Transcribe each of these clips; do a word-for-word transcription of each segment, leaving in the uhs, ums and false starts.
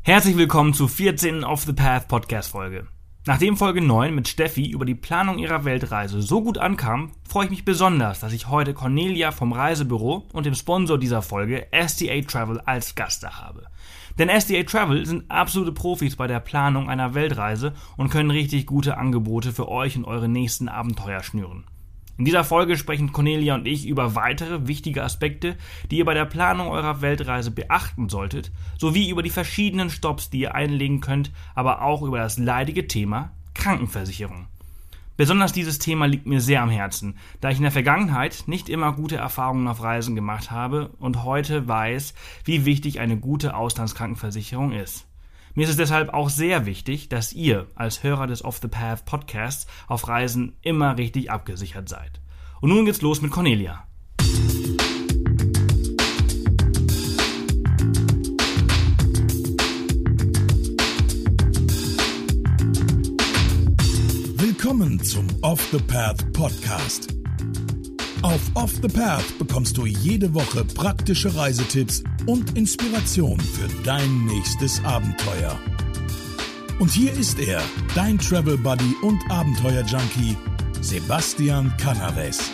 Herzlich willkommen zur vierzehnten Off the Path Podcast Folge. Nachdem Folge neun mit Steffi über die Planung ihrer Weltreise so gut ankam, freue ich mich besonders, dass ich heute Cornelia vom Reisebüro und dem Sponsor dieser Folge S D A Travel als Gast da habe. Denn S D A Travel sind absolute Profis bei der Planung einer Weltreise und können richtig gute Angebote für euch und eure nächsten Abenteuer schnüren. In dieser Folge sprechen Cornelia und ich über weitere wichtige Aspekte, die ihr bei der Planung eurer Weltreise beachten solltet, sowie über die verschiedenen Stopps, die ihr einlegen könnt, aber auch über das leidige Thema Krankenversicherung. Besonders dieses Thema liegt mir sehr am Herzen, da ich in der Vergangenheit nicht immer gute Erfahrungen auf Reisen gemacht habe und heute weiß, wie wichtig eine gute Auslandskrankenversicherung ist. Mir ist es deshalb auch sehr wichtig, dass ihr als Hörer des Off the Path Podcasts auf Reisen immer richtig abgesichert seid. Und nun geht's los mit Cornelia. Willkommen zum Off the Path Podcast. Auf Off the Path bekommst du jede Woche praktische Reisetipps und Inspiration für dein nächstes Abenteuer. Und hier ist er, dein Travel Buddy und Abenteuer-Junkie, Sebastian Canaves.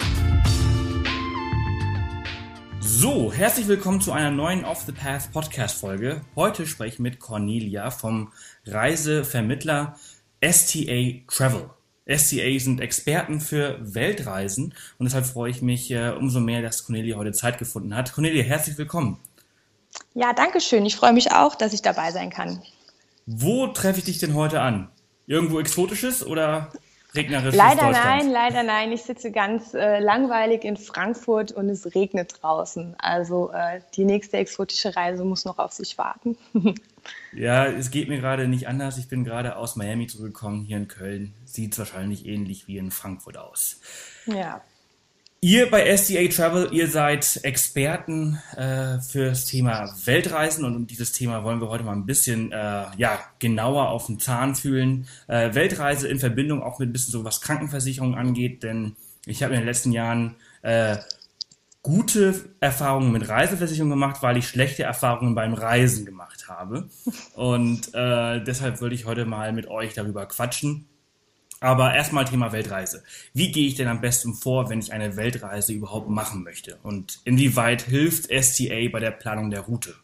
So, herzlich willkommen zu einer neuen Off the Path Podcast Folge. Heute spreche ich mit Cornelia vom Reisevermittler S T A Travel. S T A sind Experten für Weltreisen und deshalb freue ich mich äh, umso mehr, dass Cornelia heute Zeit gefunden hat. Cornelia, herzlich willkommen. Ja, danke schön. Ich freue mich auch, dass ich dabei sein kann. Wo treffe ich dich denn heute an? Irgendwo Exotisches oder regnerisches Leider Deutschland? nein, leider nein. Ich sitze ganz äh, langweilig in Frankfurt und es regnet draußen. Also äh, die nächste exotische Reise muss noch auf sich warten. Ja, es geht mir gerade nicht anders. Ich bin gerade aus Miami zurückgekommen, hier in Köln. Sieht wahrscheinlich ähnlich wie in Frankfurt aus. Ja. Ihr bei S D A Travel, ihr seid Experten äh, für das Thema Weltreisen und um dieses Thema wollen wir heute mal ein bisschen äh, ja, genauer auf den Zahn fühlen. Äh, Weltreise in Verbindung auch mit ein bisschen so, was Krankenversicherung angeht, denn ich habe in den letzten Jahren äh, gute Erfahrungen mit Reiseversicherung gemacht, weil ich schlechte Erfahrungen beim Reisen gemacht habe. Und äh, deshalb wollte ich heute mal mit euch darüber quatschen. Aber erstmal Thema Weltreise. Wie gehe ich denn am besten vor, wenn ich eine Weltreise überhaupt machen möchte? Und inwieweit hilft S T A bei der Planung der Route?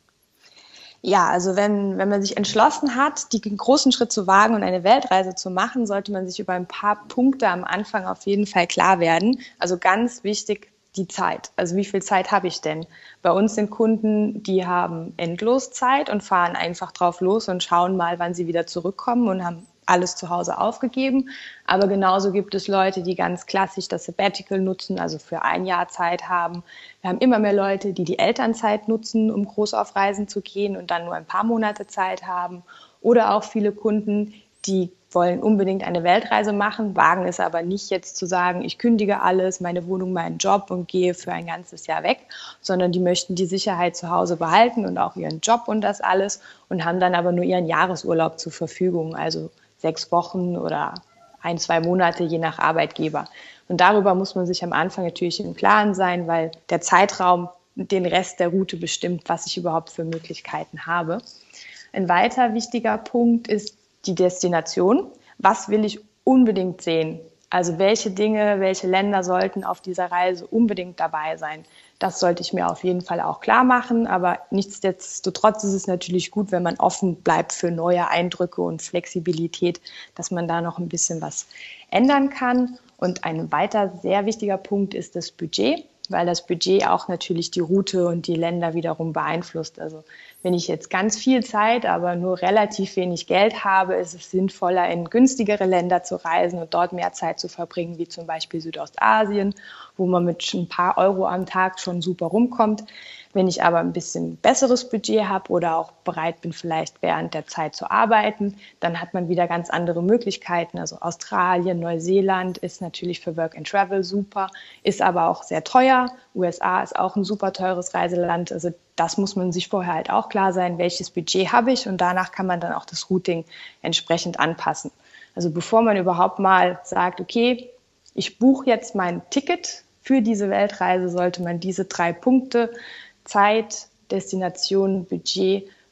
Ja, also wenn, wenn man sich entschlossen hat, den großen Schritt zu wagen und eine Weltreise zu machen, sollte man sich über ein paar Punkte am Anfang auf jeden Fall klar werden. Also ganz wichtig, die Zeit. Also wie viel Zeit habe ich denn? Bei uns sind Kunden, die haben endlos Zeit und fahren einfach drauf los und schauen mal, wann sie wieder zurückkommen und haben alles zu Hause aufgegeben. Aber genauso gibt es Leute, die ganz klassisch das Sabbatical nutzen, also für ein Jahr Zeit haben. Wir haben immer mehr Leute, die die Elternzeit nutzen, um groß auf Reisen zu gehen und dann nur ein paar Monate Zeit haben. Oder auch viele Kunden, die wollen unbedingt eine Weltreise machen, wagen es aber nicht jetzt zu sagen, ich kündige alles, meine Wohnung, meinen Job und gehe für ein ganzes Jahr weg, sondern die möchten die Sicherheit zu Hause behalten und auch ihren Job und das alles und haben dann aber nur ihren Jahresurlaub zur Verfügung, also sechs Wochen oder ein, zwei Monate, je nach Arbeitgeber. Und darüber muss man sich am Anfang natürlich im Klaren sein, weil der Zeitraum den Rest der Route bestimmt, was ich überhaupt für Möglichkeiten habe. Ein weiter wichtiger Punkt ist die Destination. Was will ich unbedingt sehen? Also welche Dinge, welche Länder sollten auf dieser Reise unbedingt dabei sein? Das sollte ich mir auf jeden Fall auch klar machen, aber nichtsdestotrotz ist es natürlich gut, wenn man offen bleibt für neue Eindrücke und Flexibilität, dass man da noch ein bisschen was ändern kann. Und ein weiter sehr wichtiger Punkt ist das Budget, weil das Budget auch natürlich die Route und die Länder wiederum beeinflusst. Also wenn ich jetzt ganz viel Zeit, aber nur relativ wenig Geld habe, ist es sinnvoller, in günstigere Länder zu reisen und dort mehr Zeit zu verbringen, wie zum Beispiel Südostasien, wo man mit ein paar Euro am Tag schon super rumkommt. Wenn ich aber ein bisschen besseres Budget habe oder auch bereit bin, vielleicht während der Zeit zu arbeiten, dann hat man wieder ganz andere Möglichkeiten. Also Australien, Neuseeland ist natürlich für Work and Travel super, ist aber auch sehr teuer. U S A ist auch ein super teures Reiseland. Also das muss man sich vorher halt auch klar sein, welches Budget habe ich, und danach kann man dann auch das Routing entsprechend anpassen. Also bevor man überhaupt mal sagt, okay, ich buche jetzt mein Ticket für diese Weltreise, sollte man diese drei Punkte Zeit, Destination, Budget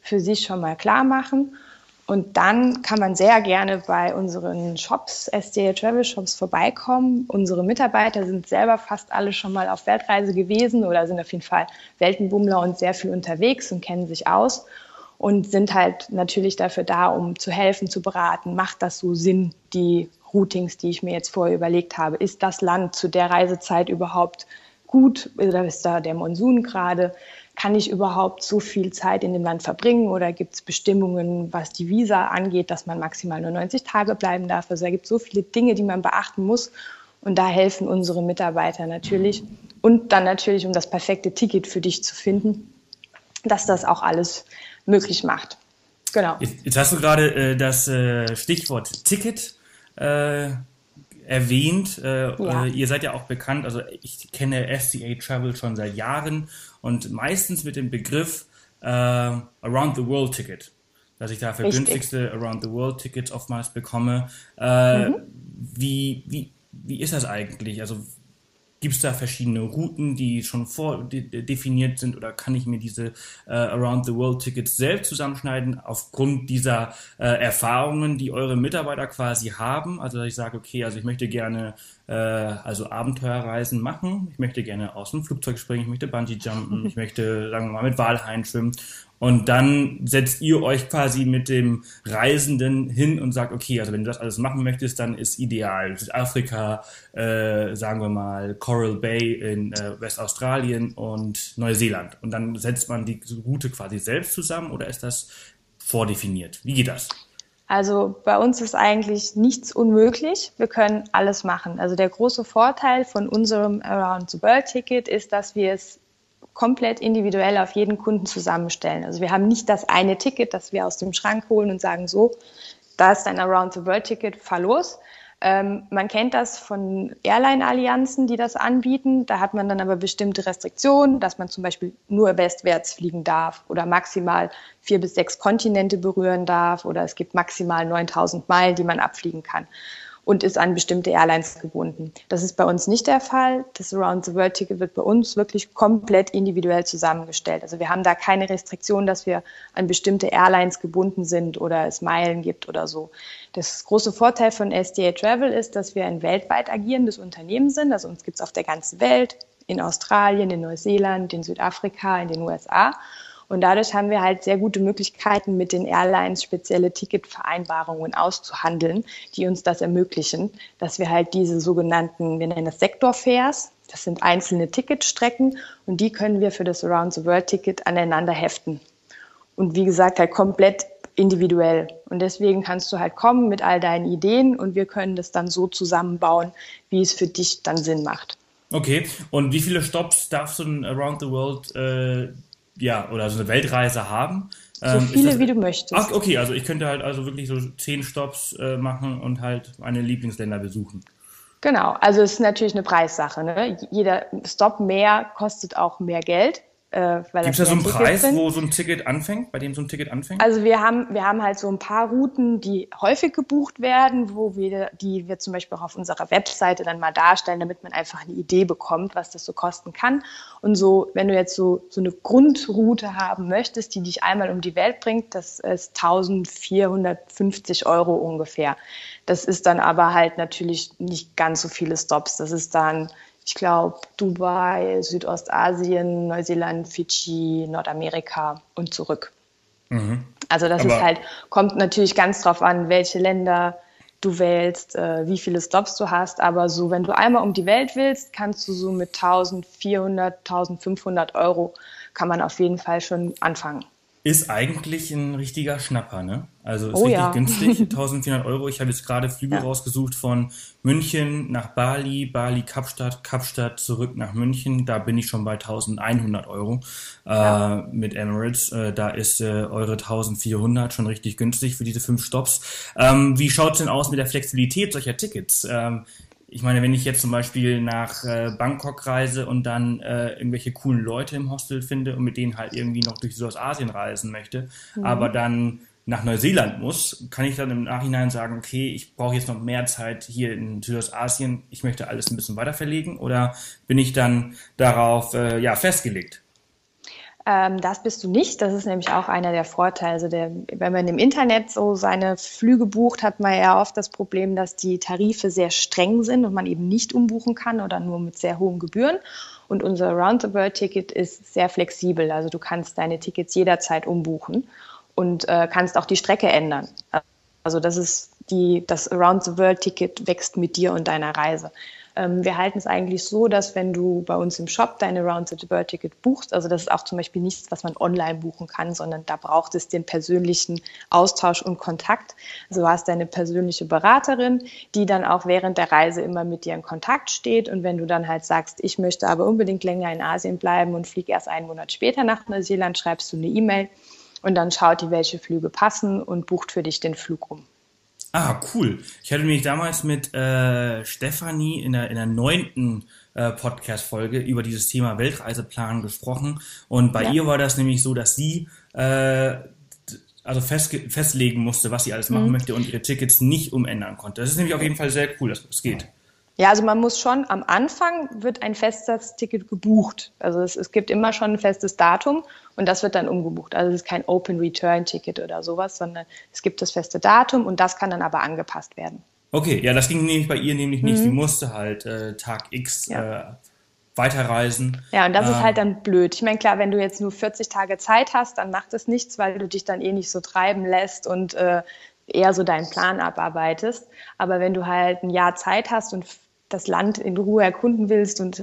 für sich schon mal klar machen. Und dann kann man sehr gerne bei unseren Shops, S D A Travel Shops, vorbeikommen. Unsere Mitarbeiter sind selber fast alle schon mal auf Weltreise gewesen oder sind auf jeden Fall Weltenbummler und sehr viel unterwegs und kennen sich aus und sind halt natürlich dafür da, um zu helfen, zu beraten. Macht das so Sinn, die Routings, die ich mir jetzt vorher überlegt habe? Ist das Land zu der Reisezeit überhaupt gut oder ist da der Monsun gerade? Kann ich überhaupt so viel Zeit in dem Land verbringen oder gibt es Bestimmungen, was die Visa angeht, dass man maximal nur neunzig Tage bleiben darf? Also da gibt es so viele Dinge, die man beachten muss und da helfen unsere Mitarbeiter natürlich. Und dann natürlich, um das perfekte Ticket für dich zu finden, dass das auch alles möglich macht. Genau. Jetzt, jetzt hast du gerade äh, das äh, Stichwort Ticket äh, erwähnt. Äh, ja. äh, ihr seid ja auch bekannt, also ich kenne S D A Travel schon seit Jahren und meistens mit dem Begriff äh, Around the World Ticket, dass ich da vergünstigste Around the World Tickets oftmals bekomme. Äh, mhm. wie, wie, wie ist das eigentlich? Also gibt es da verschiedene Routen, die schon vordefiniert sind oder kann ich mir diese äh, Around-the-World-Tickets selbst zusammenschneiden aufgrund dieser äh, Erfahrungen, die eure Mitarbeiter quasi haben? Also dass ich sage, okay, also ich möchte gerne äh, also Abenteuerreisen machen, ich möchte gerne aus dem Flugzeug springen, ich möchte Bungee-Jumpen, ich möchte, sagen wir mal, mit Walhaien schwimmen. Und dann setzt ihr euch quasi mit dem Reisenden hin und sagt, okay, also wenn du das alles machen möchtest, dann ist ideal Südafrika, äh, sagen wir mal Coral Bay in äh, Westaustralien und Neuseeland. Und dann setzt man die Route quasi selbst zusammen oder ist das vordefiniert? Wie geht das? Also bei uns ist eigentlich nichts unmöglich. Wir können alles machen. Also der große Vorteil von unserem Around the World Ticket ist, dass wir es komplett individuell auf jeden Kunden zusammenstellen. Also wir haben nicht das eine Ticket, das wir aus dem Schrank holen und sagen, so, da ist ein Around-the-World-Ticket, fahr los. Ähm, man kennt das von Airline-Allianzen, die das anbieten. Da hat man dann aber bestimmte Restriktionen, dass man zum Beispiel nur westwärts fliegen darf oder maximal vier bis sechs Kontinente berühren darf oder es gibt maximal neuntausend Meilen, die man abfliegen kann und ist an bestimmte Airlines gebunden. Das ist bei uns nicht der Fall. Das Around-the-World-Ticket wird bei uns wirklich komplett individuell zusammengestellt. Also wir haben da keine Restriktion, dass wir an bestimmte Airlines gebunden sind oder es Meilen gibt oder so. Das große Vorteil von S D A Travel ist, dass wir ein weltweit agierendes Unternehmen sind. Also uns gibt es auf der ganzen Welt, in Australien, in Neuseeland, in Südafrika, in den U S A. Und dadurch haben wir halt sehr gute Möglichkeiten, mit den Airlines spezielle Ticketvereinbarungen auszuhandeln, die uns das ermöglichen, dass wir halt diese sogenannten, wir nennen das Sektorfares, das sind einzelne Ticketstrecken und die können wir für das Around-the-World-Ticket aneinander heften. Und wie gesagt, halt komplett individuell. Und deswegen kannst du halt kommen mit all deinen Ideen und wir können das dann so zusammenbauen, wie es für dich dann Sinn macht. Okay, und wie viele Stops darf so ein Around-the-World äh ja, oder so eine Weltreise haben. So ähm, viele, das, wie du möchtest. Ach, okay, also ich könnte halt also wirklich so zehn Stops äh, machen und halt meine Lieblingsländer besuchen. Genau, also es ist natürlich eine Preissache. Ne? Jeder Stop mehr kostet auch mehr Geld. Äh, Gibt es da so einen Preis, sind. wo so ein Ticket anfängt, bei dem so ein Ticket anfängt? Also wir haben, wir haben halt so ein paar Routen, die häufig gebucht werden, wo wir, die wir zum Beispiel auch auf unserer Webseite dann mal darstellen, damit man einfach eine Idee bekommt, was das so kosten kann. Und so, wenn du jetzt so, so eine Grundroute haben möchtest, die dich einmal um die Welt bringt, das ist eintausendvierhundertfünfzig Euro ungefähr. Das ist dann aber halt natürlich nicht ganz so viele Stops. Das ist dann, ich glaube, Dubai, Südostasien, Neuseeland, Fidschi, Nordamerika und zurück. Mhm. Also das Aber ist halt, kommt natürlich ganz drauf an, welche Länder du wählst, äh, wie viele Stops du hast. Aber so, wenn du einmal um die Welt willst, kannst du so mit eintausendvierhundert, eintausendfünfhundert Euro kann man auf jeden Fall schon anfangen. Ist eigentlich ein richtiger Schnapper, ne? Also ist oh, richtig ja. günstig, eintausendvierhundert Euro. Ich habe jetzt gerade Flüge ja. rausgesucht von München nach Bali, Bali, Kapstadt, Kapstadt zurück nach München. Da bin ich schon bei eintausendeinhundert Euro ja. äh, mit Emirates. Äh, da ist äh, eure eintausendvierhundert schon richtig günstig für diese fünf Stops. Ähm, wie schaut's denn aus mit der Flexibilität solcher Tickets? Ähm, Ich meine, wenn ich jetzt zum Beispiel nach äh, Bangkok reise und dann äh, irgendwelche coolen Leute im Hostel finde und mit denen halt irgendwie noch durch Südostasien reisen möchte, mhm. aber dann nach Neuseeland muss, kann ich dann im Nachhinein sagen, okay, ich brauche jetzt noch mehr Zeit hier in Südostasien, ich möchte alles ein bisschen weiter verlegen oder bin ich dann darauf äh, ja festgelegt? Ähm, das bist du nicht. Das ist nämlich auch einer der Vorteile. Also der, wenn man im Internet so seine Flüge bucht, hat man ja oft das Problem, dass die Tarife sehr streng sind und man eben nicht umbuchen kann oder nur mit sehr hohen Gebühren. Und unser Round-the-World-Ticket ist sehr flexibel. Also du kannst deine Tickets jederzeit umbuchen und äh, kannst auch die Strecke ändern. Also das ist die, das Around-the-World-Ticket wächst mit dir und deiner Reise. Ähm, wir halten es eigentlich so, dass wenn du bei uns im Shop deine Round-the-World-Ticket buchst, also das ist auch zum Beispiel nichts, was man online buchen kann, sondern da braucht es den persönlichen Austausch und Kontakt. Also du hast deine persönliche Beraterin, die dann auch während der Reise immer mit dir in Kontakt steht. Und wenn du dann halt sagst, ich möchte aber unbedingt länger in Asien bleiben und fliege erst einen Monat später nach Neuseeland, schreibst du eine E-Mail und dann schaut die, welche Flüge passen und bucht für dich den Flug um. Ah, cool. Ich hatte nämlich damals mit äh, Stefanie in der in der neunten äh, Podcast-Folge über dieses Thema Weltreiseplan gesprochen. Und bei ja. ihr war das nämlich so, dass sie äh, also fest, festlegen musste, was sie alles machen mhm. möchte und ihre Tickets nicht umändern konnte. Das ist nämlich auf jeden Fall sehr cool, dass es geht. Ja, also man muss schon, am Anfang wird ein festes Ticket gebucht. Also es, es gibt immer schon ein festes Datum und das wird dann umgebucht. Also es ist kein Open-Return-Ticket oder sowas, sondern es gibt das feste Datum und das kann dann aber angepasst werden. Okay, ja, das ging nämlich bei ihr nämlich nicht. Mhm. Sie musste halt äh, Tag X ja. äh, weiterreisen. Ja, und das ähm, ist halt dann blöd. Ich meine, klar, wenn du jetzt nur vierzig Tage Zeit hast, dann macht es nichts, weil du dich dann eh nicht so treiben lässt und äh, eher so deinen Plan abarbeitest. Aber wenn du halt ein Jahr Zeit hast und das Land in Ruhe erkunden willst und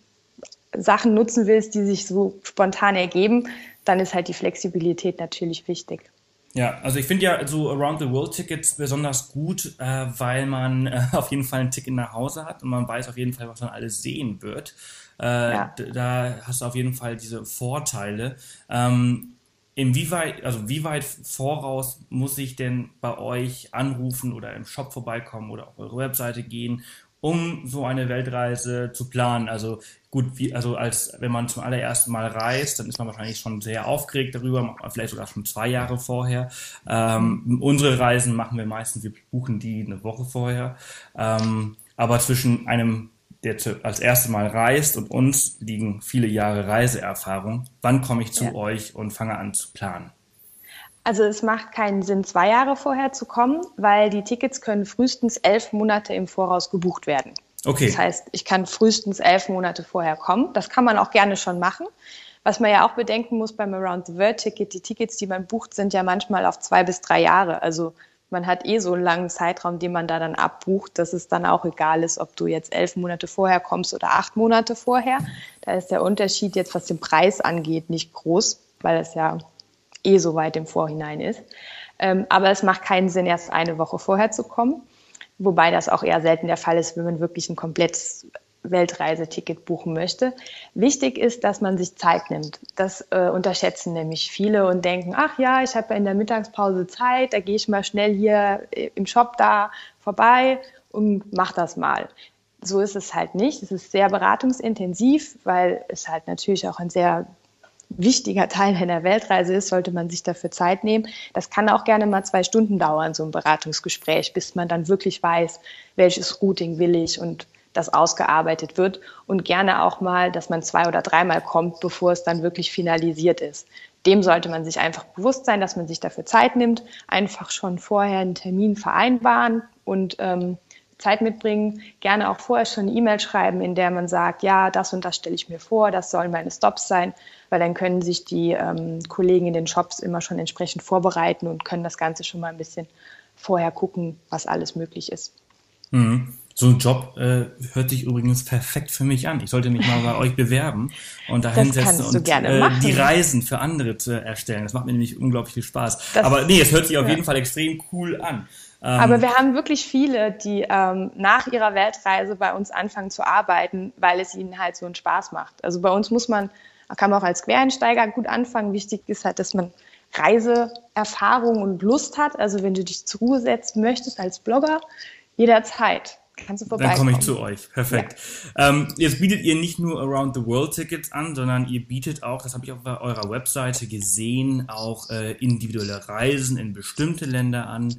Sachen nutzen willst, die sich so spontan ergeben, dann ist halt die Flexibilität natürlich wichtig. Ja, also ich finde ja so Around-the-World-Tickets besonders gut, äh, weil man äh, auf jeden Fall ein Ticket nach Hause hat und man weiß auf jeden Fall, was man alles sehen wird. Äh, ja. d- da hast du auf jeden Fall diese Vorteile. Ähm, Inwieweit, also wie weit voraus muss ich denn bei euch anrufen oder im Shop vorbeikommen oder auf eure Webseite gehen, um so eine Weltreise zu planen? Also gut, wie, also als wenn man zum allerersten Mal reist, dann ist man wahrscheinlich schon sehr aufgeregt darüber, vielleicht sogar schon zwei Jahre vorher. Ähm, unsere Reisen machen wir meistens, wir buchen die eine Woche vorher. Ähm, aber zwischen einem, der zu, als erstes Mal reist und uns liegen viele Jahre Reiseerfahrung. Wann komme ich zu ja. euch und fange an zu planen? Also es macht keinen Sinn, zwei Jahre vorher zu kommen, weil die Tickets können frühestens elf Monate im Voraus gebucht werden. Okay. Das heißt, ich kann frühestens elf Monate vorher kommen. Das kann man auch gerne schon machen. Was man ja auch bedenken muss beim Around-the-World-Ticket, die Tickets, die man bucht, sind ja manchmal auf zwei bis drei Jahre. Also man hat eh so einen langen Zeitraum, den man da dann abbucht, dass es dann auch egal ist, ob du jetzt elf Monate vorher kommst oder acht Monate vorher. Da ist der Unterschied jetzt, was den Preis angeht, nicht groß, weil es ja eh so weit im Vorhinein ist. Ähm, aber es macht keinen Sinn, erst eine Woche vorher zu kommen, wobei das auch eher selten der Fall ist, wenn man wirklich ein komplettes Weltreiseticket buchen möchte. Wichtig ist, dass man sich Zeit nimmt. Das äh, unterschätzen nämlich viele und denken, ach ja, ich habe ja in der Mittagspause Zeit, da gehe ich mal schnell hier im Shop da vorbei und mach das mal. So ist es halt nicht. Es ist sehr beratungsintensiv, weil es halt natürlich auch ein sehr wichtiger Teil einer Weltreise ist, sollte man sich dafür Zeit nehmen. Das kann auch gerne mal zwei Stunden dauern, so ein Beratungsgespräch, bis man dann wirklich weiß, welches Routing will ich und das ausgearbeitet wird. Und gerne auch mal, dass man zwei- oder dreimal kommt, bevor es dann wirklich finalisiert ist. Dem sollte man sich einfach bewusst sein, dass man sich dafür Zeit nimmt, einfach schon vorher einen Termin vereinbaren und ähm, Zeit mitbringen, gerne auch vorher schon eine E-Mail schreiben, in der man sagt, ja, das und das stelle ich mir vor, das sollen meine Stops sein, weil dann können sich die ähm, Kollegen in den Shops immer schon entsprechend vorbereiten und können das Ganze schon mal ein bisschen vorher gucken, was alles möglich ist. Mhm. So ein Job äh, hört sich übrigens perfekt für mich an. Ich sollte mich mal bei euch bewerben und da hinsetzen und äh, die Reisen für andere zu erstellen. Das macht mir nämlich unglaublich viel Spaß. Das, Aber nee, es hört sich auf ja. jeden Fall extrem cool an. Ähm, Aber wir haben wirklich viele, die ähm, nach ihrer Weltreise bei uns anfangen zu arbeiten, weil es ihnen halt so einen Spaß macht. Also bei uns muss man, kann man auch als Quereinsteiger gut anfangen. Wichtig ist halt, dass man Reiseerfahrung und Lust hat. Also wenn du dich zur Ruhe setzen möchtest als Blogger, jederzeit. Kannst du vorbeikommen. Dann komme ich zu euch. Perfekt. Ja. Ähm, jetzt bietet ihr nicht nur Around-the-World-Tickets an, sondern ihr bietet auch, das habe ich auf eurer Webseite gesehen, auch äh, individuelle Reisen in bestimmte Länder an.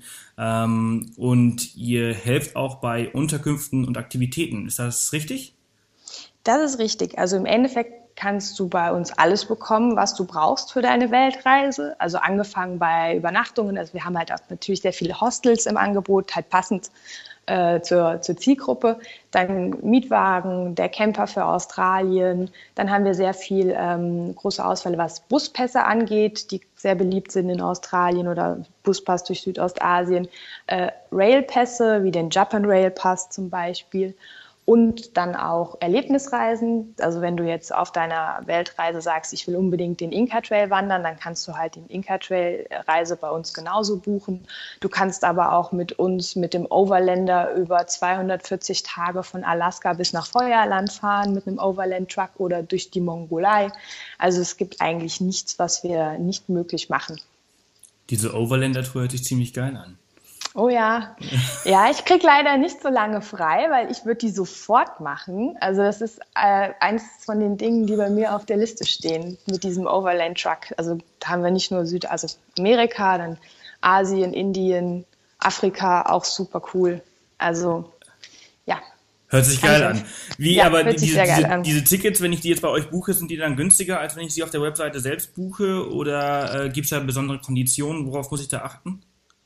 Ähm, und ihr helft auch bei Unterkünften und Aktivitäten. Ist das richtig? Das ist richtig. Also im Endeffekt kannst du bei uns alles bekommen, was du brauchst für deine Weltreise. Also angefangen bei Übernachtungen. Also wir haben halt auch natürlich sehr viele Hostels im Angebot, halt passend äh, zur, zur Zielgruppe. Dann Mietwagen, der Camper für Australien. Dann haben wir sehr viel ähm, große Auswahl, was Buspässe angeht, die sehr beliebt sind in Australien oder Buspass durch Südostasien. Äh, Railpässe, wie den Japan Rail Pass zum Beispiel. Und dann auch Erlebnisreisen. Also wenn du jetzt auf deiner Weltreise sagst, ich will unbedingt den Inca Trail wandern, dann kannst du halt den Inca Trail Reise bei uns genauso buchen. Du kannst aber auch mit uns, mit dem Overlander über zweihundertvierzig Tage von Alaska bis nach Feuerland fahren mit einem Overland Truck oder durch die Mongolei. Also es gibt eigentlich nichts, was wir nicht möglich machen. Diese Overlander-Tour hört sich ziemlich geil an. Oh ja, ja, ich kriege leider nicht so lange frei, weil ich würde die sofort machen. Also das ist äh, eins von den Dingen, die bei mir auf der Liste stehen mit diesem Overland Truck. Also da haben wir nicht nur Süd, also Amerika, dann Asien, Indien, Afrika, auch super cool. Also ja. Hört sich geil an. Wie, ja, aber diese, diese, an. diese Tickets, wenn ich die jetzt bei euch buche, sind die dann günstiger, als wenn ich sie auf der Webseite selbst buche? Oder äh, gibt es da besondere Konditionen? Worauf muss ich da achten?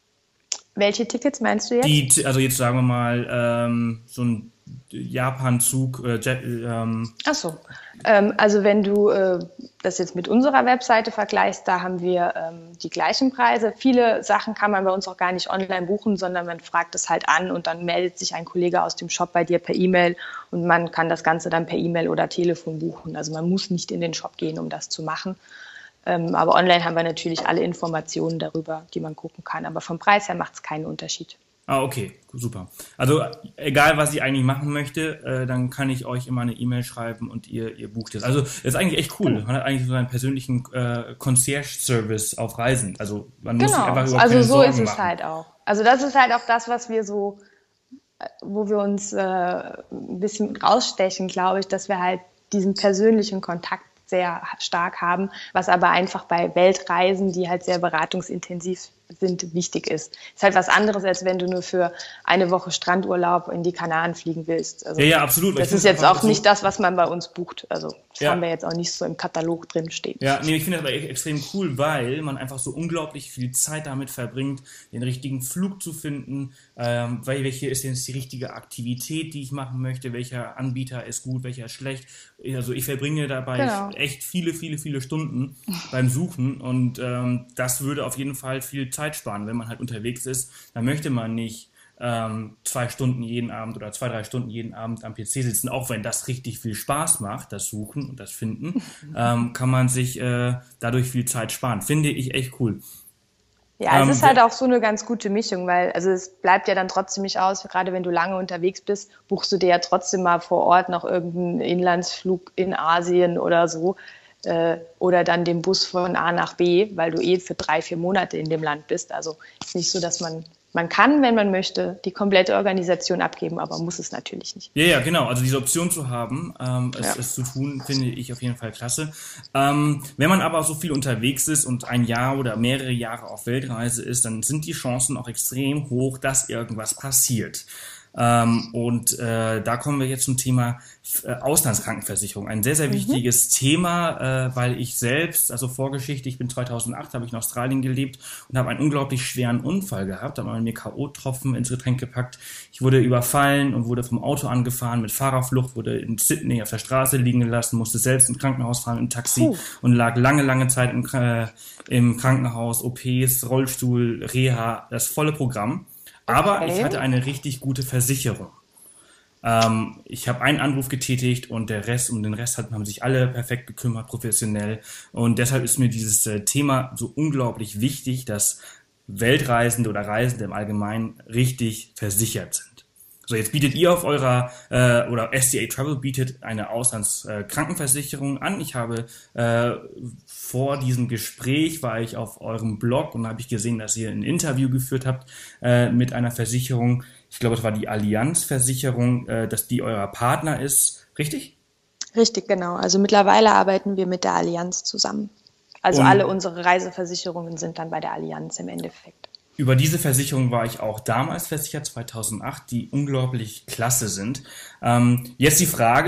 Welche Tickets meinst du jetzt? Die, also jetzt sagen wir mal ähm, so ein Japan-Zug. Äh, ähm. Ach so. Ähm, also wenn du äh, das jetzt mit unserer Webseite vergleichst, da haben wir ähm, die gleichen Preise. Viele Sachen kann man bei uns auch gar nicht online buchen, sondern man fragt es halt an und dann meldet sich ein Kollege aus dem Shop bei dir per E-Mail und man kann das Ganze dann per E-Mail oder Telefon buchen. Also man muss nicht in den Shop gehen, um das zu machen. Ähm, aber online haben wir natürlich alle Informationen darüber, die man gucken kann. Aber vom Preis her macht es keinen Unterschied. Ah, okay, super. Also egal, was ich eigentlich machen möchte, äh, dann kann ich euch immer eine E-Mail schreiben und ihr, ihr bucht es. Also das ist eigentlich echt cool. Man hat eigentlich so einen persönlichen äh, Concierge-Service auf Reisen. Also man genau. muss sich einfach über also keine so Sorgen ist es machen. halt auch. Also das ist halt auch das, was wir so, wo wir uns äh, ein bisschen rausstechen, glaube ich, dass wir halt diesen persönlichen Kontakt sehr stark haben, was aber einfach bei Weltreisen, die halt sehr beratungsintensiv sind, wichtig ist. Ist halt was anderes, als wenn du nur für eine Woche Strandurlaub in die Kanaren fliegen willst. Also ja, ja, absolut. Das ist jetzt auch nicht das, was man bei uns bucht. Also das ja. haben wir jetzt auch nicht so im Katalog drin stehen. Ja, nee, ich finde das aber extrem cool, weil man einfach so unglaublich viel Zeit damit verbringt, den richtigen Flug zu finden, ähm, weil welche ist jetzt die richtige Aktivität, die ich machen möchte, welcher Anbieter ist gut, welcher ist schlecht. Also ich verbringe dabei genau. echt viele, viele, viele Stunden beim Suchen und ähm, das würde auf jeden Fall viel Zeit sparen, wenn man halt unterwegs ist. Dann möchte man nicht ähm, zwei Stunden jeden Abend oder zwei, drei Stunden jeden Abend am P C sitzen, auch wenn das richtig viel Spaß macht, das Suchen und das Finden, ähm, kann man sich äh, dadurch viel Zeit sparen. Finde ich echt cool. Ja, es ähm, ist halt auch so eine ganz gute Mischung, weil also es bleibt ja dann trotzdem nicht aus, gerade wenn du lange unterwegs bist, buchst du dir ja trotzdem mal vor Ort noch irgendeinen Inlandsflug in Asien oder so äh, oder dann den Bus von A nach B, weil du eh für drei, vier Monate in dem Land bist. Also ist nicht so, dass man Man kann, wenn man möchte, die komplette Organisation abgeben, aber muss es natürlich nicht. Ja, ja, genau. Also diese Option zu haben, ähm, es, ja. es zu tun, finde ich auf jeden Fall klasse. Ähm, wenn man aber so viel unterwegs ist und ein Jahr oder mehrere Jahre auf Weltreise ist, dann sind die Chancen auch extrem hoch, dass irgendwas passiert. Ähm, und äh, da kommen wir jetzt zum Thema äh, Auslandskrankenversicherung. Ein sehr, sehr mhm. wichtiges Thema, äh, weil ich selbst, also Vorgeschichte, ich bin zweitausendacht, habe ich in Australien gelebt und habe einen unglaublich schweren Unfall gehabt. Da haben wir mir K O-Tropfen ins Getränk gepackt. Ich wurde überfallen und wurde vom Auto angefahren mit Fahrerflucht, wurde in Sydney auf der Straße liegen gelassen, musste selbst ins Krankenhaus fahren im Taxi Puh. und lag lange, lange Zeit im, äh, im Krankenhaus, O Ps, Rollstuhl, Reha, das volle Programm. Aber okay. ich hatte eine richtig gute Versicherung. Ähm, ich habe einen Anruf getätigt und der Rest, um den Rest haben sich alle perfekt gekümmert, professionell. Und deshalb ist mir dieses äh, Thema so unglaublich wichtig, dass Weltreisende oder Reisende im Allgemeinen richtig versichert sind. So, jetzt bietet ihr auf eurer, äh, oder S D A Travel bietet eine Auslandskrankenversicherung äh, an. Ich habe äh, vor diesem Gespräch, war ich auf eurem Blog und habe ich gesehen, dass ihr ein Interview geführt habt äh, mit einer Versicherung. Ich glaube, es war die Allianz-Versicherung, äh, dass die euer Partner ist. Richtig? Richtig, genau. Also mittlerweile arbeiten wir mit der Allianz zusammen. Also und alle unsere Reiseversicherungen sind dann bei der Allianz im Endeffekt. Über diese Versicherung war ich auch damals versichert, zweitausendacht, die unglaublich klasse sind. Ähm, jetzt die Frage,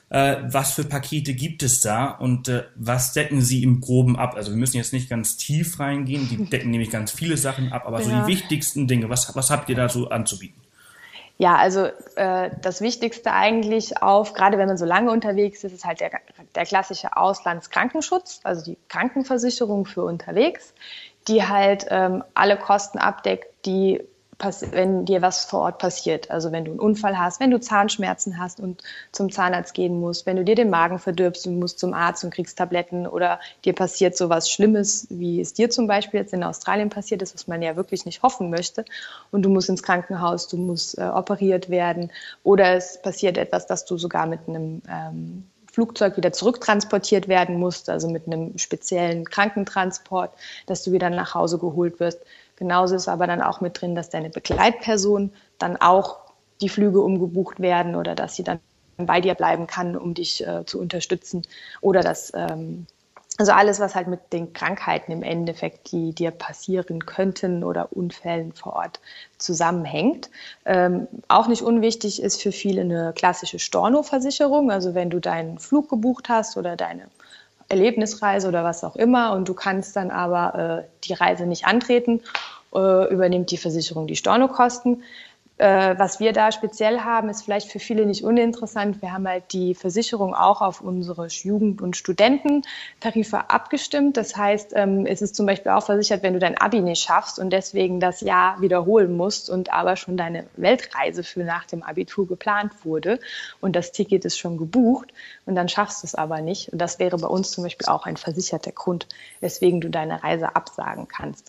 Äh, was für Pakete gibt es da und äh, was decken sie im Groben ab? Also wir müssen jetzt nicht ganz tief reingehen, die decken nämlich ganz viele Sachen ab, aber ja. so die wichtigsten Dinge, was, was habt ihr da so anzubieten? Ja, also äh, das Wichtigste eigentlich auf, gerade wenn man so lange unterwegs ist, ist halt der, der klassische Auslandskrankenschutz, also die Krankenversicherung für unterwegs, die halt ähm, alle Kosten abdeckt, die wenn dir was vor Ort passiert. Also wenn du einen Unfall hast, wenn du Zahnschmerzen hast und zum Zahnarzt gehen musst, wenn du dir den Magen verdirbst und musst zum Arzt und kriegst Tabletten oder dir passiert sowas Schlimmes, wie es dir zum Beispiel jetzt in Australien passiert ist, was man ja wirklich nicht hoffen möchte und du musst ins Krankenhaus, du musst äh, operiert werden oder es passiert etwas, dass du sogar mit einem ähm, Flugzeug wieder zurücktransportiert werden musst, also mit einem speziellen Krankentransport, dass du wieder nach Hause geholt wirst. Genauso ist aber dann auch mit drin, dass deine Begleitperson dann auch die Flüge umgebucht werden oder dass sie dann bei dir bleiben kann, um dich äh, zu unterstützen. Oder dass, ähm, also alles, was halt mit den Krankheiten im Endeffekt, die dir passieren könnten oder Unfällen vor Ort zusammenhängt. Ähm, auch nicht unwichtig ist für viele eine klassische Stornoversicherung. Also wenn du deinen Flug gebucht hast oder deine Erlebnisreise oder was auch immer und du kannst dann aber äh, die Reise nicht antreten, äh, übernimmt die Versicherung die Stornokosten. Äh, was wir da speziell haben, ist vielleicht für viele nicht uninteressant. Wir haben halt die Versicherung auch auf unsere Jugend- und Studententarife abgestimmt. Das heißt, ähm, es ist zum Beispiel auch versichert, wenn du dein Abi nicht schaffst und deswegen das Jahr wiederholen musst und aber schon deine Weltreise für nach dem Abitur geplant wurde und das Ticket ist schon gebucht und dann schaffst du es aber nicht. Und das wäre bei uns zum Beispiel auch ein versicherter Grund, weswegen du deine Reise absagen kannst.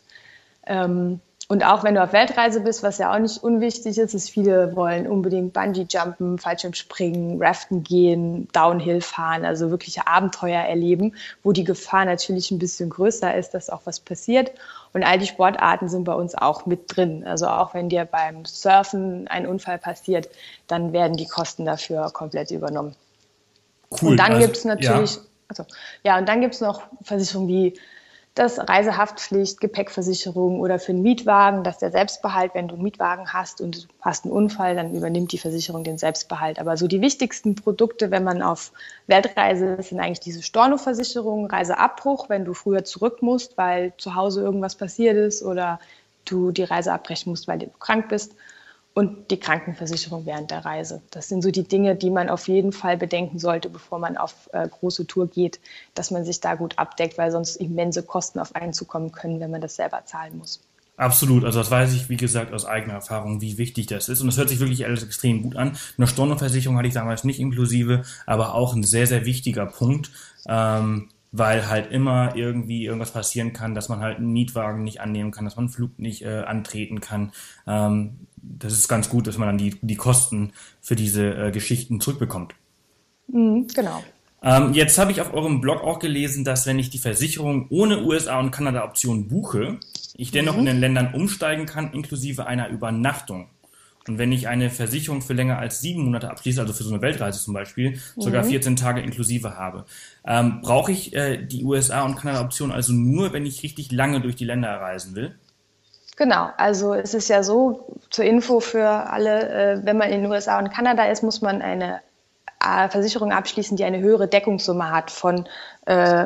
Ähm, Und auch wenn du auf Weltreise bist, was ja auch nicht unwichtig ist, ist, viele wollen unbedingt Bungee-Jumpen, Fallschirmspringen, Raften gehen, Downhill fahren, also wirkliche Abenteuer erleben, wo die Gefahr natürlich ein bisschen größer ist, dass auch was passiert. Und all die Sportarten sind bei uns auch mit drin. Also auch wenn dir beim Surfen ein Unfall passiert, dann werden die Kosten dafür komplett übernommen. Cool. Und dann also, gibt es natürlich, ja. Also, ja, und dann gibt es noch Versicherungen wie das Reisehaftpflicht, Gepäckversicherung oder für einen Mietwagen, dass der Selbstbehalt, wenn du einen Mietwagen hast und du hast einen Unfall, dann übernimmt die Versicherung den Selbstbehalt. Aber so die wichtigsten Produkte, wenn man auf Weltreise ist, sind eigentlich diese Stornoversicherung, Reiseabbruch, wenn du früher zurück musst, weil zu Hause irgendwas passiert ist oder du die Reise abbrechen musst, weil du krank bist. Und die Krankenversicherung während der Reise. Das sind so die Dinge, die man auf jeden Fall bedenken sollte, bevor man auf äh, große Tour geht, dass man sich da gut abdeckt, weil sonst immense Kosten auf einen zukommen können, wenn man das selber zahlen muss. Absolut, also das weiß ich, wie gesagt, aus eigener Erfahrung, wie wichtig das ist. Und das hört sich wirklich alles extrem gut an. Eine Stornoversicherung hatte ich damals nicht inklusive, aber auch ein sehr, sehr wichtiger Punkt, ähm, weil halt immer irgendwie irgendwas passieren kann, dass man halt einen Mietwagen nicht annehmen kann, dass man einen Flug nicht äh, antreten kann. Ähm, das ist ganz gut, dass man dann die, die Kosten für diese äh, Geschichten zurückbekommt. Mhm, genau. Ähm, jetzt habe ich auf eurem Blog auch gelesen, dass wenn ich die Versicherung ohne U S A und Kanada Option buche, ich dennoch mhm. in den Ländern umsteigen kann, inklusive einer Übernachtung. Und wenn ich eine Versicherung für länger als sieben Monate abschließe, also für so eine Weltreise zum Beispiel, mhm. sogar vierzehn Tage inklusive habe, ähm, brauche ich äh, die U S A und Kanada Option also nur, wenn ich richtig lange durch die Länder reisen will? Genau, also es ist ja so, zur Info für alle, äh, wenn man in den U S A und Kanada ist, muss man eine äh, Versicherung abschließen, die eine höhere Deckungssumme hat von äh,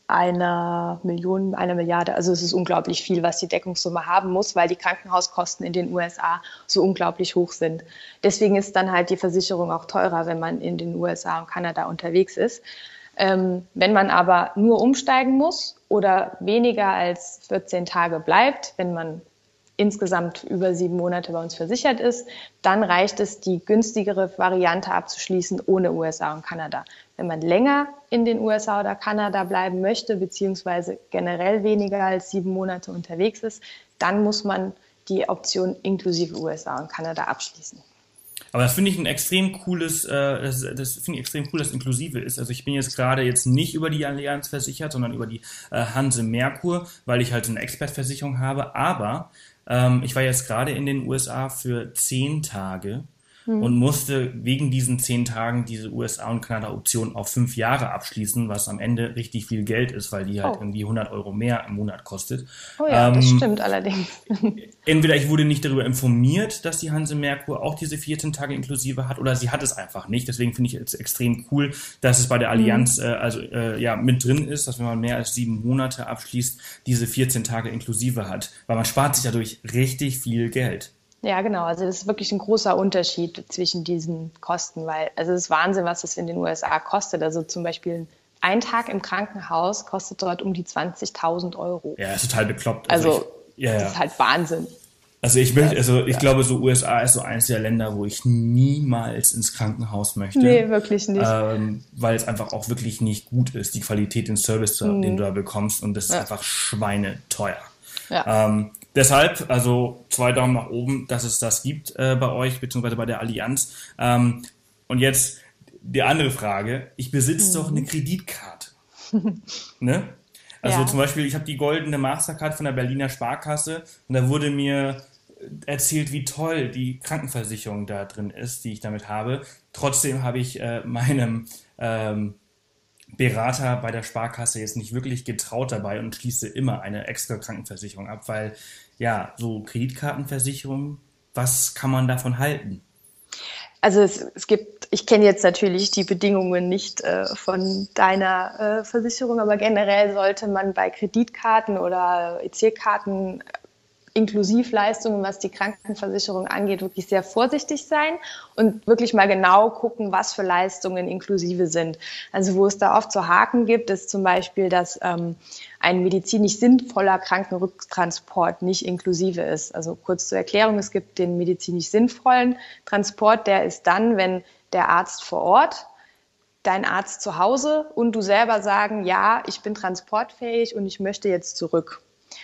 einer Million, einer Milliarde. Also es ist unglaublich viel, was die Deckungssumme haben muss, weil die Krankenhauskosten in den U S A so unglaublich hoch sind. Deswegen ist dann halt die Versicherung auch teurer, wenn man in den U S A und Kanada unterwegs ist. Ähm, wenn man aber nur umsteigen muss oder weniger als vierzehn Tage bleibt, wenn man insgesamt über sieben Monate bei uns versichert ist, dann reicht es, die günstigere Variante abzuschließen ohne U S A und Kanada. Wenn man länger in den U S A oder Kanada bleiben möchte, beziehungsweise generell weniger als sieben Monate unterwegs ist, dann muss man die Option inklusive U S A und Kanada abschließen. Aber das finde ich ein extrem cooles, äh, das, das finde ich extrem cool, dass inklusive ist. Also ich bin jetzt gerade jetzt nicht über die Allianz versichert, sondern über die äh, Hanse Merkur, weil ich halt so eine Expertversicherung habe. Aber ähm, ich war jetzt gerade in den U S A für zehn Tage mhm. und musste wegen diesen zehn Tagen diese U S A- und Kanada-Option auf fünf Jahre abschließen, was am Ende richtig viel Geld ist, weil die halt oh. irgendwie hundert Euro mehr im Monat kostet. Oh ja, ähm, das stimmt allerdings. Entweder ich wurde nicht darüber informiert, dass die Hanse Merkur auch diese vierzehn Tage inklusive hat, oder sie hat es einfach nicht. Deswegen finde ich es extrem cool, dass es bei der Allianz mhm. äh, also äh, ja mit drin ist, dass wenn man mehr als sieben Monate abschließt, diese vierzehn Tage inklusive hat. Weil man spart sich dadurch richtig viel Geld. Ja, genau. Also das ist wirklich ein großer Unterschied zwischen diesen Kosten, weil also es ist Wahnsinn, was das in den U S A kostet. Also zum Beispiel ein Tag im Krankenhaus kostet dort um die zwanzigtausend Euro. Ja, ist total bekloppt. Also, also ich, ja, das ja. ist halt Wahnsinn. Also ich möchte, also ich ja. glaube, so U S A ist so eins der Länder, wo ich niemals ins Krankenhaus möchte. Nee, wirklich nicht. Ähm, weil es einfach auch wirklich nicht gut ist, die Qualität, den Service, mhm. den du da bekommst, und das ist ja. einfach schweineteuer. Ja. Ähm, deshalb, also zwei Daumen nach oben, dass es das gibt äh, bei euch, beziehungsweise bei der Allianz. Ähm, und jetzt die andere Frage. Ich besitze mhm. doch eine Kreditkarte. Ne? Also ja. zum Beispiel, ich habe die goldene Mastercard von der Berliner Sparkasse und da wurde mir erzählt, wie toll die Krankenversicherung da drin ist, die ich damit habe. Trotzdem habe ich äh, meinem ähm, Berater bei der Sparkasse jetzt nicht wirklich getraut dabei und schließe immer eine extra Krankenversicherung ab, weil ja, so Kreditkartenversicherung, was kann man davon halten? Also es, es gibt, ich kenne jetzt natürlich die Bedingungen nicht äh, von deiner äh, Versicherung, aber generell sollte man bei Kreditkarten oder E C-Karten Inklusivleistungen, was die Krankenversicherung angeht, wirklich sehr vorsichtig sein und wirklich mal genau gucken, was für Leistungen inklusive sind. Also wo es da oft so Haken gibt, ist zum Beispiel, dass ähm, ein medizinisch sinnvoller Krankenrücktransport nicht inklusive ist. Also kurz zur Erklärung, es gibt den medizinisch sinnvollen Transport, der ist dann, wenn der Arzt vor Ort, dein Arzt zu Hause und du selber sagen, ja, ich bin transportfähig und ich möchte jetzt zurück.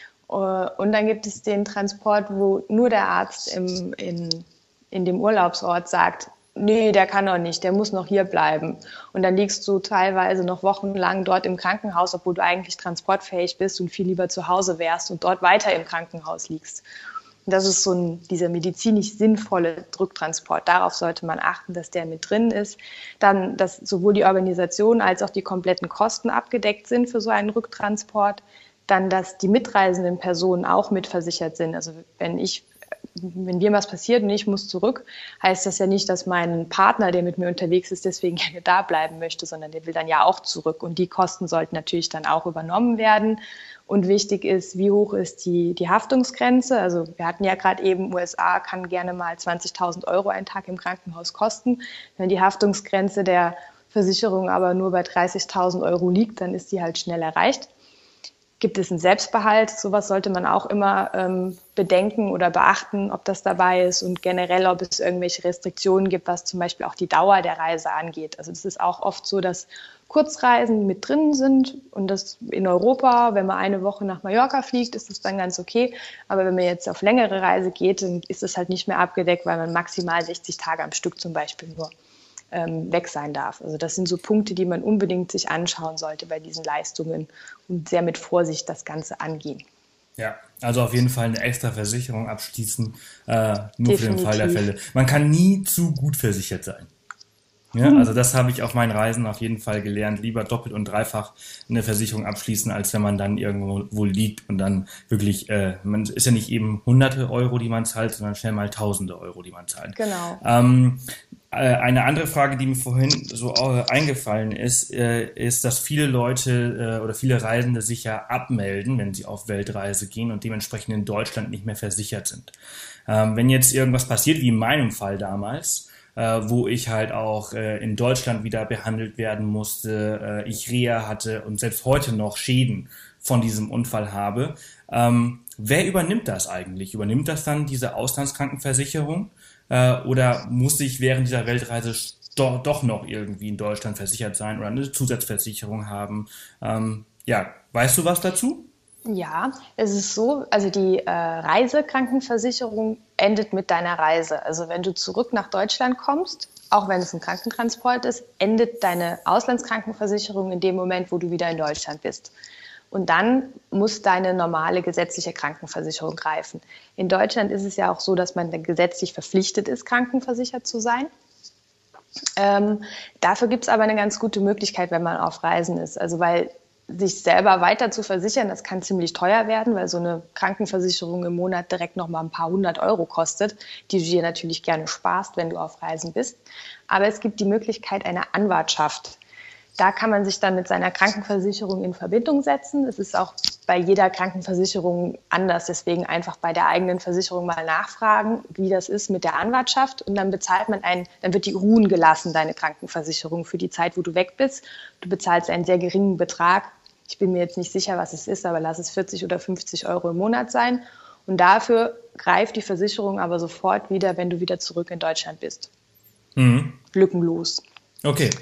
Und dann gibt es den Transport, wo nur der Arzt im, in, in dem Urlaubsort sagt, nee, der kann doch nicht, der muss noch hier bleiben. Und dann liegst du teilweise noch wochenlang dort im Krankenhaus, obwohl du eigentlich transportfähig bist und viel lieber zu Hause wärst und dort weiter im Krankenhaus liegst. Und das ist so ein, dieser medizinisch sinnvolle Rücktransport. Darauf sollte man achten, dass der mit drin ist. Dann, dass sowohl die Organisation als auch die kompletten Kosten abgedeckt sind für so einen Rücktransport. Dann, dass die mitreisenden Personen auch mitversichert sind. Also wenn ich, wenn mir was passiert und ich muss zurück, heißt das ja nicht, dass mein Partner, der mit mir unterwegs ist, deswegen gerne da bleiben möchte, sondern der will dann ja auch zurück. Und die Kosten sollten natürlich dann auch übernommen werden. Und wichtig ist, wie hoch ist die, die Haftungsgrenze? Also wir hatten ja gerade eben, U S A kann gerne mal zwanzigtausend Euro einen Tag im Krankenhaus kosten. Wenn die Haftungsgrenze der Versicherung aber nur bei dreißigtausend Euro liegt, dann ist die halt schnell erreicht. Gibt es einen Selbstbehalt? Sowas sollte man auch immer ähm, bedenken oder beachten, ob das dabei ist und generell, ob es irgendwelche Restriktionen gibt, was zum Beispiel auch die Dauer der Reise angeht. Also es ist auch oft so, dass Kurzreisen mit drin sind und das in Europa, wenn man eine Woche nach Mallorca fliegt, ist das dann ganz okay. Aber wenn man jetzt auf längere Reise geht, dann ist das halt nicht mehr abgedeckt, weil man maximal sechzig Tage am Stück zum Beispiel nur ähm, weg sein darf. Also das sind so Punkte, die man unbedingt sich anschauen sollte bei diesen Leistungen und sehr mit Vorsicht das Ganze angehen. Ja, also auf jeden Fall eine extra Versicherung abschließen, äh, nur Definitiv. für den Fall der Fälle. Man kann nie zu gut versichert sein. Ja, also das habe ich auf meinen Reisen auf jeden Fall gelernt. Lieber doppelt und dreifach eine Versicherung abschließen, als wenn man dann irgendwo wo liegt und dann wirklich, äh, man ist ja nicht eben hunderte Euro, die man zahlt, sondern schnell mal tausende Euro, die man zahlt. Genau. Ähm, äh, eine andere Frage, die mir vorhin so äh, eingefallen ist, äh, ist, dass viele Leute äh, oder viele Reisende sich ja abmelden, wenn sie auf Weltreise gehen und dementsprechend in Deutschland nicht mehr versichert sind. Ähm, wenn jetzt irgendwas passiert, wie in meinem Fall damals, Äh, wo ich halt auch äh, in Deutschland wieder behandelt werden musste, äh, ich Reha hatte und selbst heute noch Schäden von diesem Unfall habe. Ähm, wer übernimmt das eigentlich? Übernimmt das dann diese Auslandskrankenversicherung äh, oder muss ich während dieser Weltreise do- doch noch irgendwie in Deutschland versichert sein oder eine Zusatzversicherung haben? Ähm, ja, weißt du was dazu? Ja, es ist so, also die äh, Reisekrankenversicherung endet mit deiner Reise. Also wenn du zurück nach Deutschland kommst, auch wenn es ein Krankentransport ist, endet deine Auslandskrankenversicherung in dem Moment, wo du wieder in Deutschland bist. Und dann muss deine normale gesetzliche Krankenversicherung greifen. In Deutschland ist es ja auch so, dass man gesetzlich verpflichtet ist, krankenversichert zu sein. Ähm, dafür gibt es aber eine ganz gute Möglichkeit, wenn man auf Reisen ist. Also weil sich selber weiter zu versichern, das kann ziemlich teuer werden, weil so eine Krankenversicherung im Monat direkt noch mal ein paar hundert Euro kostet, die du dir natürlich gerne sparst, wenn du auf Reisen bist. Aber es gibt die Möglichkeit einer Anwartschaft. Da kann man sich dann mit seiner Krankenversicherung in Verbindung setzen. Es ist auch bei jeder Krankenversicherung anders, deswegen einfach bei der eigenen Versicherung mal nachfragen, wie das ist mit der Anwartschaft. Und dann bezahlt man einen, dann wird die ruhen gelassen, deine Krankenversicherung, für die Zeit, wo du weg bist. Du bezahlst einen sehr geringen Betrag. Ich bin mir jetzt nicht sicher, was es ist, aber lass es vierzig oder fünfzig Euro im Monat sein. Und dafür greift die Versicherung aber sofort wieder, wenn du wieder zurück in Deutschland bist. Mhm. Lückenlos. Okay.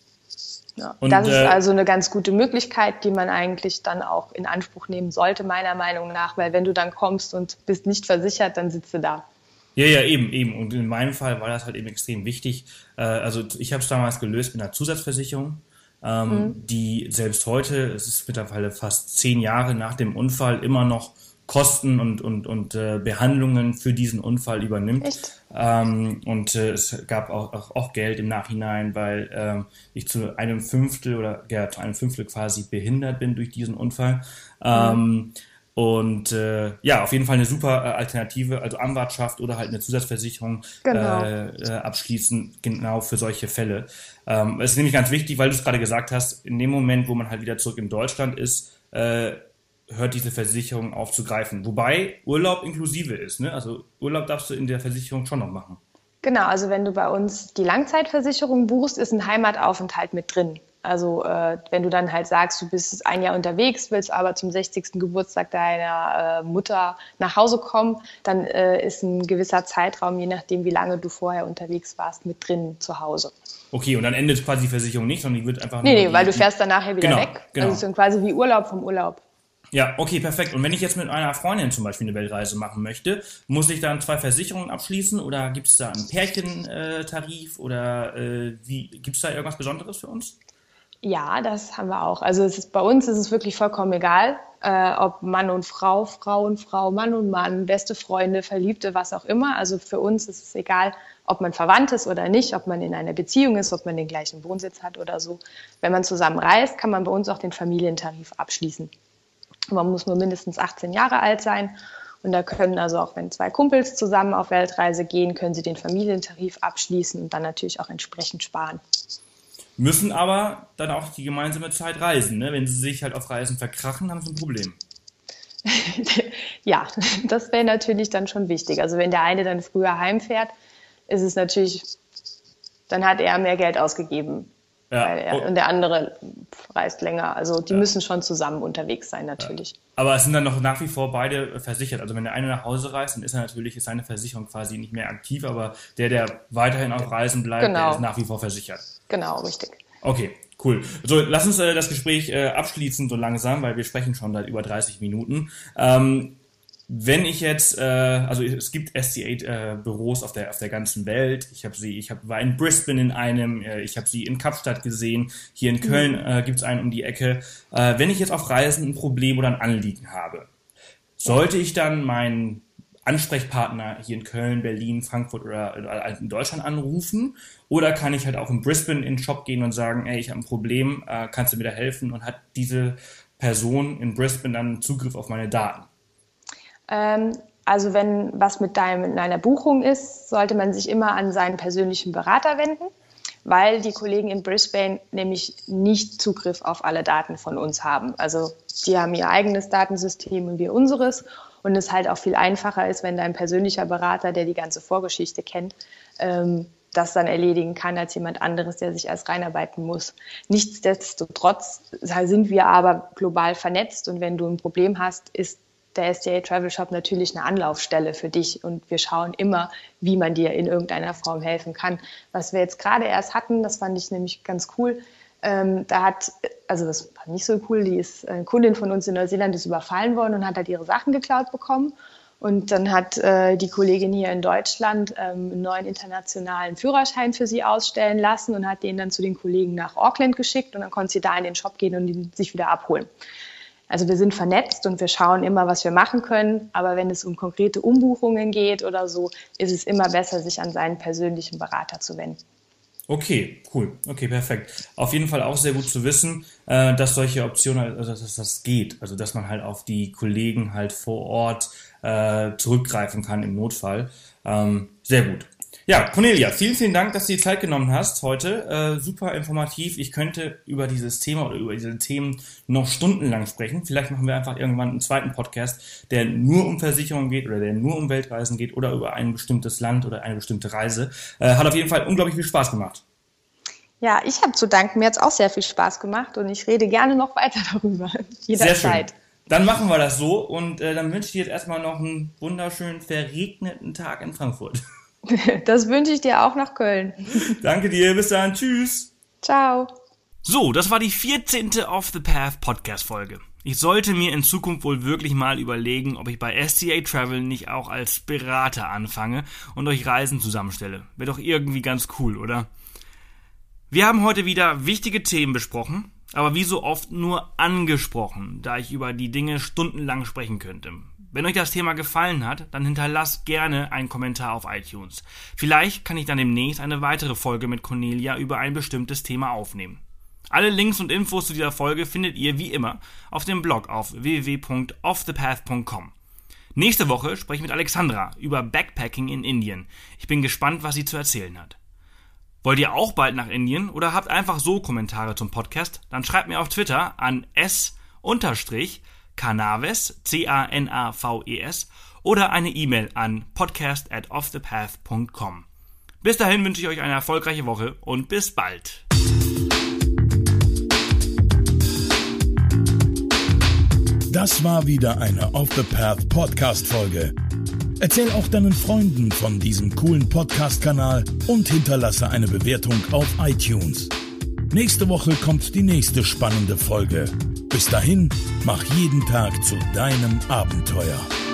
Ja, Und, das ist äh, also eine ganz gute Möglichkeit, die man eigentlich dann auch in Anspruch nehmen sollte, meiner Meinung nach. Weil wenn du dann kommst und bist nicht versichert, dann sitzt du da. Ja, ja, eben, eben. Und in meinem Fall war das halt eben extrem wichtig. Äh, also ich habe es damals gelöst mit einer Zusatzversicherung. Ähm, mhm. Die selbst heute, es ist mittlerweile fast zehn Jahre nach dem Unfall, immer noch Kosten und, und, und äh, Behandlungen für diesen Unfall übernimmt. Echt? Ähm, und äh, es gab auch, auch, auch Geld im Nachhinein, weil ähm, ich zu einem Fünftel oder ja, zu einem Fünftel quasi behindert bin durch diesen Unfall. Ähm, mhm. Und äh, ja, auf jeden Fall eine super äh, Alternative, also Anwartschaft oder halt eine Zusatzversicherung genau. äh, abschließen, genau für solche Fälle. Ähm, es ist nämlich ganz wichtig, weil du es gerade gesagt hast, in dem Moment, wo man halt wieder zurück in Deutschland ist, äh, hört diese Versicherung auf zu greifen. Wobei Urlaub inklusive ist, ne? Also Urlaub darfst du in der Versicherung schon noch machen. Genau, also wenn du bei uns die Langzeitversicherung buchst, ist ein Heimataufenthalt mit drin. Also äh, wenn du dann halt sagst, du bist ein Jahr unterwegs, willst aber zum sechzigsten Geburtstag deiner äh, Mutter nach Hause kommen, dann äh, ist ein gewisser Zeitraum, je nachdem wie lange du vorher unterwegs warst, mit drin zu Hause. Okay, und dann endet quasi die Versicherung nicht, sondern die wird einfach nee, nur... Nee, die, weil du fährst dann nachher wieder genau, weg. Genau. Also es ist dann quasi wie Urlaub vom Urlaub. Ja, okay, perfekt. Und wenn ich jetzt mit einer Freundin zum Beispiel eine Weltreise machen möchte, muss ich dann zwei Versicherungen abschließen oder gibt es da einen Pärchentarif oder äh, wie gibt es da irgendwas Besonderes für uns? Ja, das haben wir auch. Also es ist, bei uns ist es wirklich vollkommen egal, äh, ob Mann und Frau, Frau und Frau, Mann und Mann, beste Freunde, Verliebte, was auch immer. Also für uns ist es egal, ob man verwandt ist oder nicht, ob man in einer Beziehung ist, ob man den gleichen Wohnsitz hat oder so. Wenn man zusammen reist, kann man bei uns auch den Familientarif abschließen. Man muss nur mindestens achtzehn Jahre alt sein und da können also auch, wenn zwei Kumpels zusammen auf Weltreise gehen, können sie den Familientarif abschließen und dann natürlich auch entsprechend sparen. Müssen aber dann auch die gemeinsame Zeit reisen, ne? Wenn sie sich halt auf Reisen verkrachen, haben sie ein Problem. Ja, das wäre natürlich dann schon wichtig. Also wenn der eine dann früher heimfährt, ist es natürlich, dann hat er mehr Geld ausgegeben. Ja. Weil er, und der andere reist länger. Also die ja. müssen schon zusammen unterwegs sein natürlich. Ja. Aber es sind dann noch nach wie vor beide versichert. Also wenn der eine nach Hause reist, dann ist er natürlich, ist seine Versicherung quasi nicht mehr aktiv, aber der, der weiterhin auf Reisen bleibt, genau. der ist nach wie vor versichert. Genau, richtig. Okay, cool. So, lass uns äh, das Gespräch äh, abschließen so langsam, weil wir sprechen schon seit über dreißig Minuten. Ähm, Wenn ich jetzt, äh, also es gibt S C A-Büros auf der auf der ganzen Welt. Ich habe sie, ich hab, war in Brisbane in einem, äh, ich habe sie in Kapstadt gesehen. Hier in Köln äh, gibt es einen um die Ecke. Äh, wenn ich jetzt auf Reisen ein Problem oder ein Anliegen habe, sollte ich dann meinen Ansprechpartner hier in Köln, Berlin, Frankfurt oder, oder in Deutschland anrufen? Oder kann ich halt auch in Brisbane in den Shop gehen und sagen, ey, ich habe ein Problem, äh, kannst du mir da helfen? Und hat diese Person in Brisbane dann Zugriff auf meine Daten? Also wenn was mit deinem, deiner Buchung ist, sollte man sich immer an seinen persönlichen Berater wenden, weil die Kollegen in Brisbane nämlich nicht Zugriff auf alle Daten von uns haben. Also die haben ihr eigenes Datensystem und wir unseres. Und es halt auch viel einfacher ist, wenn dein persönlicher Berater, der die ganze Vorgeschichte kennt, das dann erledigen kann als jemand anderes, der sich erst reinarbeiten muss. Nichtsdestotrotz sind wir aber global vernetzt und wenn du ein Problem hast, ist der S C A Travel Shop natürlich eine Anlaufstelle für dich und wir schauen immer, wie man dir in irgendeiner Form helfen kann. Was wir jetzt gerade erst hatten, das fand ich nämlich ganz cool, ähm, da hat, also das war nicht so cool, die ist eine Kundin von uns in Neuseeland, ist überfallen worden und hat halt ihre Sachen geklaut bekommen und dann hat äh, die Kollegin hier in Deutschland ähm, einen neuen internationalen Führerschein für sie ausstellen lassen und hat den dann zu den Kollegen nach Auckland geschickt und dann konnte sie da in den Shop gehen und ihn sich wieder abholen. Also wir sind vernetzt und wir schauen immer, was wir machen können. Aber wenn es um konkrete Umbuchungen geht oder so, ist es immer besser, sich an seinen persönlichen Berater zu wenden. Okay, cool. Okay, perfekt. Auf jeden Fall auch sehr gut zu wissen, äh, dass solche Optionen, also dass das geht. Also dass man halt auf die Kollegen halt vor Ort äh, zurückgreifen kann im Notfall. Ähm, sehr gut. Ja, Cornelia, vielen, vielen Dank, dass du die Zeit genommen hast heute. Äh, super informativ. Ich könnte über dieses Thema oder über diese Themen noch stundenlang sprechen. Vielleicht machen wir einfach irgendwann einen zweiten Podcast, der nur um Versicherungen geht oder der nur um Weltreisen geht oder über ein bestimmtes Land oder eine bestimmte Reise. Äh, hat auf jeden Fall unglaublich viel Spaß gemacht. Ja, ich habe zu danken. Mir hat es auch sehr viel Spaß gemacht und ich rede gerne noch weiter darüber. Jederzeit. Sehr schön. Dann machen wir das so und äh, dann wünsche ich dir jetzt erstmal noch einen wunderschönen, verregneten Tag in Frankfurt. Das wünsche ich dir auch nach Köln. Danke dir, bis dann, tschüss. Ciao. So, das war die vierzehnte Off the Path Podcast Folge. Ich sollte mir in Zukunft wohl wirklich mal überlegen, ob ich bei S C A Travel nicht auch als Berater anfange und euch Reisen zusammenstelle. Wäre doch irgendwie ganz cool, oder? Wir haben heute wieder wichtige Themen besprochen, aber wie so oft nur angesprochen, da ich über die Dinge stundenlang sprechen könnte. Wenn euch das Thema gefallen hat, dann hinterlasst gerne einen Kommentar auf iTunes. Vielleicht kann ich dann demnächst eine weitere Folge mit Cornelia über ein bestimmtes Thema aufnehmen. Alle Links und Infos zu dieser Folge findet ihr wie immer auf dem Blog auf w w w punkt off the path punkt com. Nächste Woche spreche ich mit Alexandra über Backpacking in Indien. Ich bin gespannt, was sie zu erzählen hat. Wollt ihr auch bald nach Indien oder habt einfach so Kommentare zum Podcast? Dann schreibt mir auf Twitter an s Canaves, C A N A V E S, oder eine E-Mail an podcast at off the path punkt com. Bis dahin wünsche ich euch eine erfolgreiche Woche und bis bald. Das war wieder eine Off the Path Podcast Folge. Erzähl auch deinen Freunden von diesem coolen Podcast-Kanal und hinterlasse eine Bewertung auf iTunes. Nächste Woche kommt die nächste spannende Folge. Bis dahin, mach jeden Tag zu deinem Abenteuer.